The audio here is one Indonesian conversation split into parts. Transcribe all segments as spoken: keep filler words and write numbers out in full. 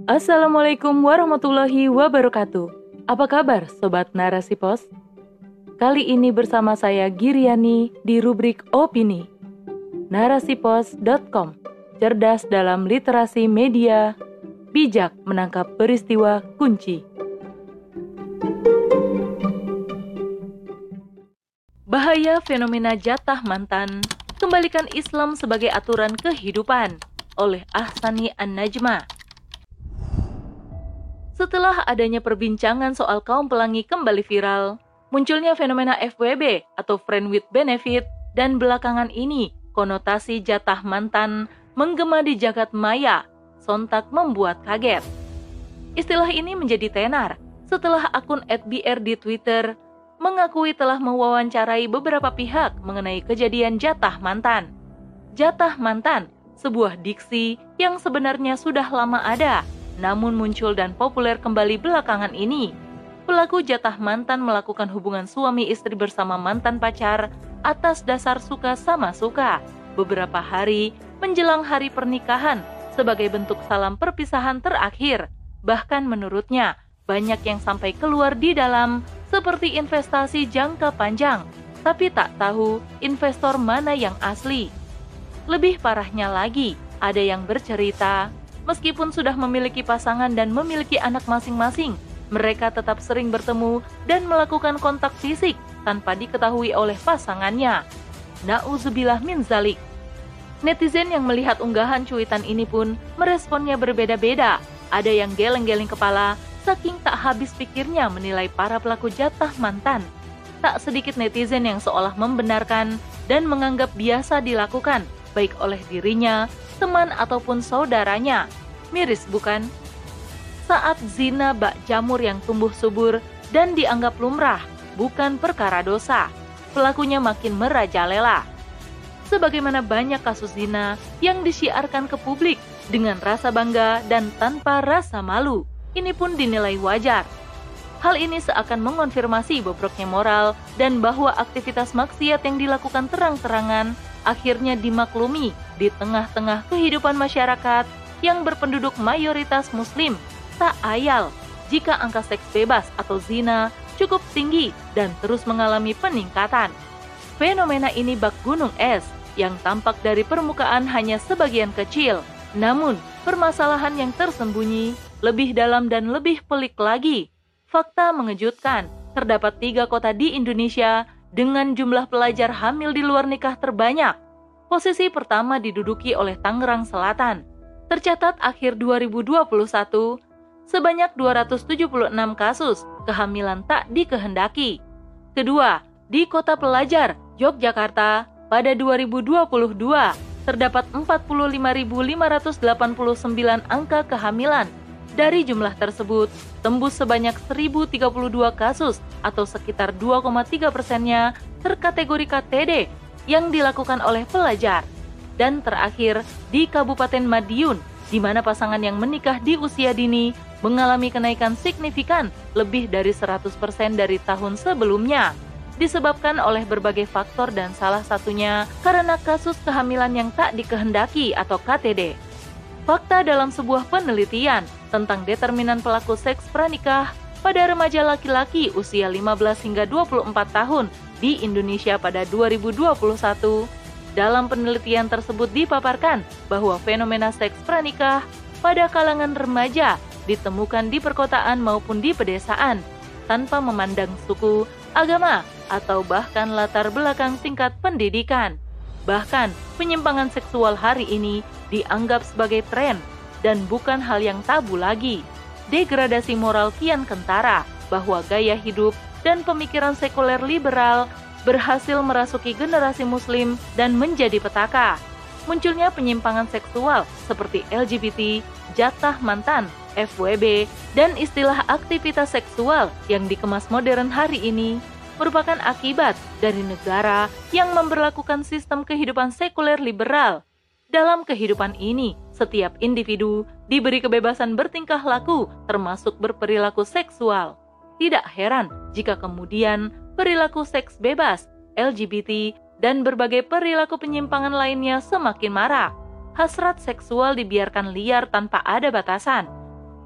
Assalamualaikum warahmatullahi wabarakatuh. Apa kabar Sobat Narasi Pos? Kali ini bersama saya Giriani di rubrik Opini. narasipos dot com, cerdas dalam literasi media, bijak menangkap peristiwa kunci. Bahaya fenomena jatah mantan, kembalikan Islam sebagai aturan kehidupan, oleh Ahsani An-Najma. Setelah adanya perbincangan soal kaum pelangi kembali viral, munculnya fenomena F W B atau Friend with Benefit, dan belakangan ini konotasi jatah mantan menggema di jagat maya, sontak membuat kaget. Istilah ini menjadi tenar setelah akun et b r di Twitter mengakui telah mewawancarai beberapa pihak mengenai kejadian jatah mantan. Jatah mantan, sebuah diksi yang sebenarnya sudah lama ada, namun muncul dan populer kembali belakangan ini. Pelaku jatah mantan melakukan hubungan suami istri bersama mantan pacar atas dasar suka sama suka beberapa hari menjelang hari pernikahan sebagai bentuk salam perpisahan terakhir. Bahkan menurutnya, banyak yang sampai keluar di dalam seperti investasi jangka panjang, tapi tak tahu investor mana yang asli. Lebih parahnya lagi, ada yang bercerita, meskipun sudah memiliki pasangan dan memiliki anak masing-masing, mereka tetap sering bertemu dan melakukan kontak fisik tanpa diketahui oleh pasangannya. Na'udzubillah min zalik. Netizen yang melihat unggahan cuitan ini pun meresponnya berbeda-beda. Ada yang geleng-geleng kepala, saking tak habis pikirnya menilai para pelaku jatah mantan. Tak sedikit netizen yang seolah membenarkan dan menganggap biasa dilakukan, baik oleh dirinya, teman ataupun saudaranya. Miris bukan? Saat zina bak jamur yang tumbuh subur dan dianggap lumrah, bukan perkara dosa, pelakunya makin merajalela. Sebagaimana banyak kasus zina yang disiarkan ke publik dengan rasa bangga dan tanpa rasa malu, ini pun dinilai wajar. Hal ini seakan mengonfirmasi bobroknya moral dan bahwa aktivitas maksiat yang dilakukan terang-terangan akhirnya dimaklumi di tengah-tengah kehidupan masyarakat yang berpenduduk mayoritas muslim. Tak ayal jika angka seks bebas atau zina cukup tinggi dan terus mengalami peningkatan. Fenomena ini bak gunung es yang tampak dari permukaan hanya sebagian kecil, namun permasalahan yang tersembunyi lebih dalam dan lebih pelik lagi. Fakta mengejutkan, terdapat tiga kota di Indonesia dengan jumlah pelajar hamil di luar nikah terbanyak. Posisi pertama diduduki oleh Tangerang Selatan. Tercatat akhir dua ribu dua puluh satu, sebanyak dua ratus tujuh puluh enam kasus kehamilan tak dikehendaki. Kedua, di kota pelajar, Yogyakarta, pada dua ribu dua puluh dua, terdapat empat puluh lima ribu lima ratus delapan puluh sembilan angka kehamilan. Dari jumlah tersebut, tembus sebanyak seribu tiga puluh dua kasus atau sekitar dua koma tiga persennya terkategori K T D yang dilakukan oleh pelajar. Dan terakhir, di Kabupaten Madiun, di mana pasangan yang menikah di usia dini mengalami kenaikan signifikan lebih dari seratus persen dari tahun sebelumnya, disebabkan oleh berbagai faktor dan salah satunya karena kasus kehamilan yang tak dikehendaki atau K T D. Fakta dalam sebuah penelitian tentang determinan pelaku seks pranikah pada remaja laki-laki usia lima belas hingga dua puluh empat tahun di Indonesia pada dua ribu dua puluh satu. Dalam penelitian tersebut dipaparkan bahwa fenomena seks pranikah pada kalangan remaja ditemukan di perkotaan maupun di pedesaan, tanpa memandang suku, agama, atau bahkan latar belakang tingkat pendidikan. Bahkan, penyimpangan seksual hari ini dianggap sebagai tren dan bukan hal yang tabu lagi. Degradasi moral kian kentara bahwa gaya hidup dan pemikiran sekuler liberal berhasil merasuki generasi muslim dan menjadi petaka. Munculnya penyimpangan seksual seperti L G B T, jatah mantan, F W B, dan istilah aktivitas seksual yang dikemas modern hari ini merupakan akibat dari negara yang memberlakukan sistem kehidupan sekuler liberal. Dalam kehidupan ini, setiap individu diberi kebebasan bertingkah laku, termasuk berperilaku seksual. Tidak heran jika kemudian perilaku seks bebas, L G B T, dan berbagai perilaku penyimpangan lainnya semakin marak. Hasrat seksual dibiarkan liar tanpa ada batasan.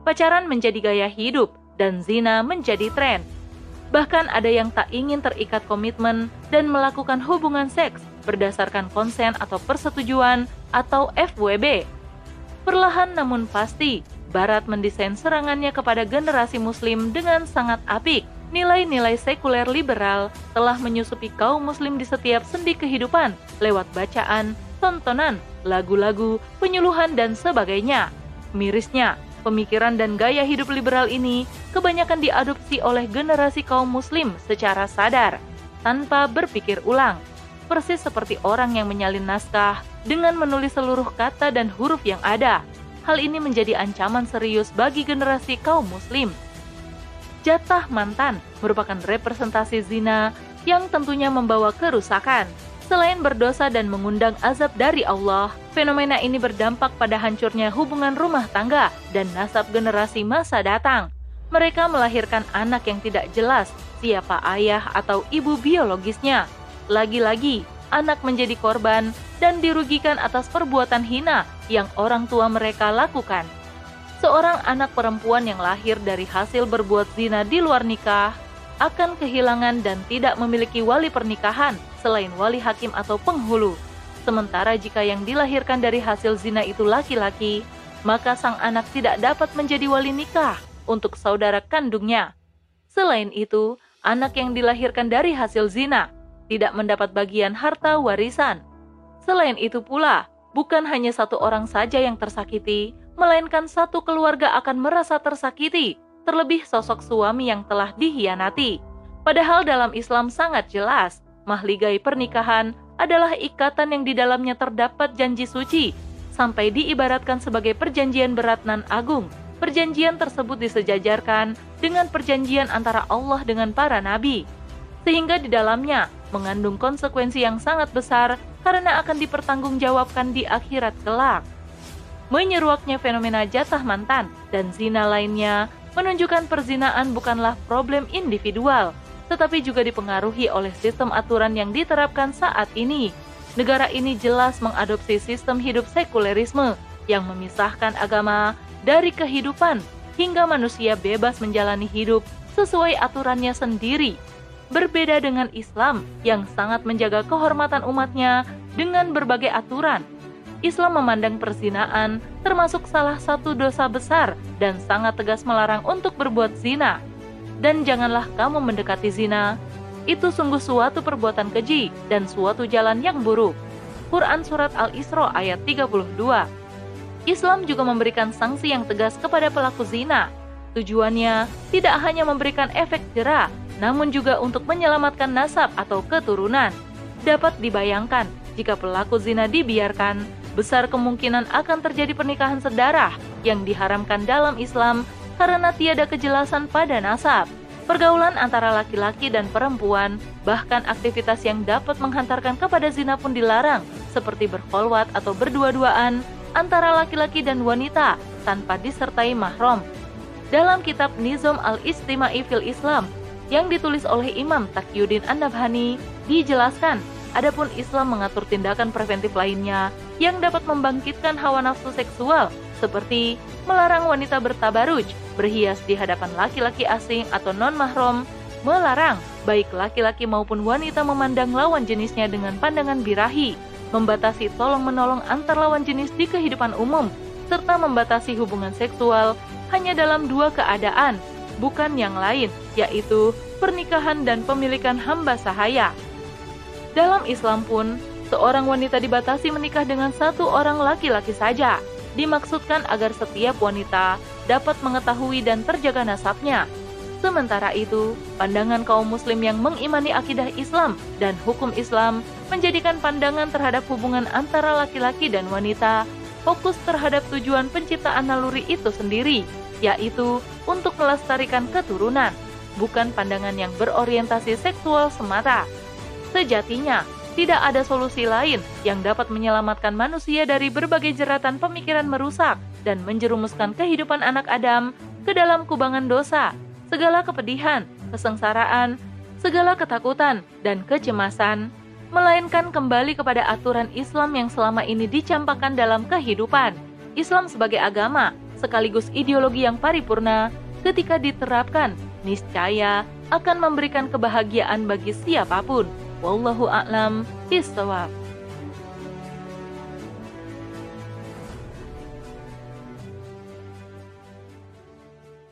pacaran menjadi gaya hidup, dan zina menjadi tren. Bahkan ada yang tak ingin terikat komitmen dan melakukan hubungan seks berdasarkan konsen atau persetujuan atau F W B. Perlahan namun pasti, Barat mendesain serangannya kepada generasi Muslim dengan sangat apik. Nilai-nilai sekuler liberal telah menyusupi kaum Muslim di setiap sendi kehidupan lewat bacaan, tontonan, lagu-lagu, penyuluhan, dan sebagainya. Mirisnya, pemikiran dan gaya hidup liberal ini kebanyakan diadopsi oleh generasi kaum Muslim secara sadar, tanpa berpikir ulang. Persis seperti orang yang menyalin naskah dengan menulis seluruh kata dan huruf yang ada. Hal ini menjadi ancaman serius bagi generasi kaum Muslim. Jatah mantan merupakan representasi zina yang tentunya membawa kerusakan. Selain berdosa dan mengundang azab dari Allah, fenomena ini berdampak pada hancurnya hubungan rumah tangga dan nasab generasi masa datang. Mereka melahirkan anak yang tidak jelas siapa ayah atau ibu biologisnya. Lagi-lagi, anak menjadi korban dan dirugikan atas perbuatan hina yang orang tua mereka lakukan. Seorang anak perempuan yang lahir dari hasil berbuat zina di luar nikah akan kehilangan dan tidak memiliki wali pernikahan selain wali hakim atau penghulu. Sementara jika yang dilahirkan dari hasil zina itu laki-laki, maka sang anak tidak dapat menjadi wali nikah untuk saudara kandungnya. Selain itu, anak yang dilahirkan dari hasil zina tidak mendapat bagian harta warisan. Selain itu pula, bukan hanya satu orang saja yang tersakiti, melainkan satu keluarga akan merasa tersakiti, terlebih sosok suami yang telah dihianati. Padahal dalam Islam sangat jelas, mahligai pernikahan adalah ikatan yang di dalamnya terdapat janji suci, sampai diibaratkan sebagai perjanjian berat nan agung. Perjanjian tersebut disejajarkan dengan perjanjian antara Allah dengan para nabi, sehingga di dalamnya mengandung konsekuensi yang sangat besar karena akan dipertanggungjawabkan di akhirat kelak. Menyeruaknya fenomena jatah mantan dan zina lainnya menunjukkan perzinaan bukanlah problem individual, tetapi juga dipengaruhi oleh sistem aturan yang diterapkan saat ini. Negara ini jelas mengadopsi sistem hidup sekulerisme yang memisahkan agama dari kehidupan hingga manusia bebas menjalani hidup sesuai aturannya sendiri. Berbeda dengan Islam yang sangat menjaga kehormatan umatnya dengan berbagai aturan. Islam memandang perzinaan termasuk salah satu dosa besar dan sangat tegas melarang untuk berbuat zina. Dan janganlah kamu mendekati zina, itu sungguh suatu perbuatan keji dan suatu jalan yang buruk. Quran Surat Al-Isra ayat tiga puluh dua. Islam juga memberikan sanksi yang tegas kepada pelaku zina. Tujuannya tidak hanya memberikan efek jera, namun juga untuk menyelamatkan nasab atau keturunan. Dapat dibayangkan, jika pelaku zina dibiarkan, besar kemungkinan akan terjadi pernikahan sedarah yang diharamkan dalam Islam karena tiada kejelasan pada nasab. Pergaulan antara laki-laki dan perempuan, bahkan aktivitas yang dapat menghantarkan kepada zina pun dilarang, seperti berkholwat atau berdua-duaan antara laki-laki dan wanita tanpa disertai mahram. Dalam kitab Nizam al-Istima'i fil Islam yang ditulis oleh Imam Taqiyuddin An-Nabhani, dijelaskan, adapun Islam mengatur tindakan preventif lainnya yang dapat membangkitkan hawa nafsu seksual, seperti melarang wanita bertabaruj, berhias di hadapan laki-laki asing atau non-mahram, melarang baik laki-laki maupun wanita memandang lawan jenisnya dengan pandangan birahi, membatasi tolong-menolong antar lawan jenis di kehidupan umum, serta membatasi hubungan seksual hanya dalam dua keadaan, bukan yang lain, yaitu pernikahan dan pemilikan hamba sahaya. Dalam Islam pun, seorang wanita dibatasi menikah dengan satu orang laki-laki saja. Dimaksudkan agar setiap wanita dapat mengetahui dan terjaga nasabnya. Sementara itu, pandangan kaum muslim yang mengimani akidah Islam dan hukum Islam menjadikan pandangan terhadap hubungan antara laki-laki dan wanita fokus terhadap tujuan penciptaan naluri itu sendiri, yaitu untuk melestarikan keturunan, bukan pandangan yang berorientasi seksual semata. Sejatinya, tidak ada solusi lain yang dapat menyelamatkan manusia dari berbagai jeratan pemikiran merusak dan menjerumuskan kehidupan anak Adam ke dalam kubangan dosa, segala kepedihan, kesengsaraan, segala ketakutan, dan kecemasan, melainkan kembali kepada aturan Islam yang selama ini dicampakkan dalam kehidupan. Islam sebagai agama sekaligus ideologi yang paripurna ketika diterapkan, niscaya akan memberikan kebahagiaan bagi siapapun. Wallahu a'lam bishawab.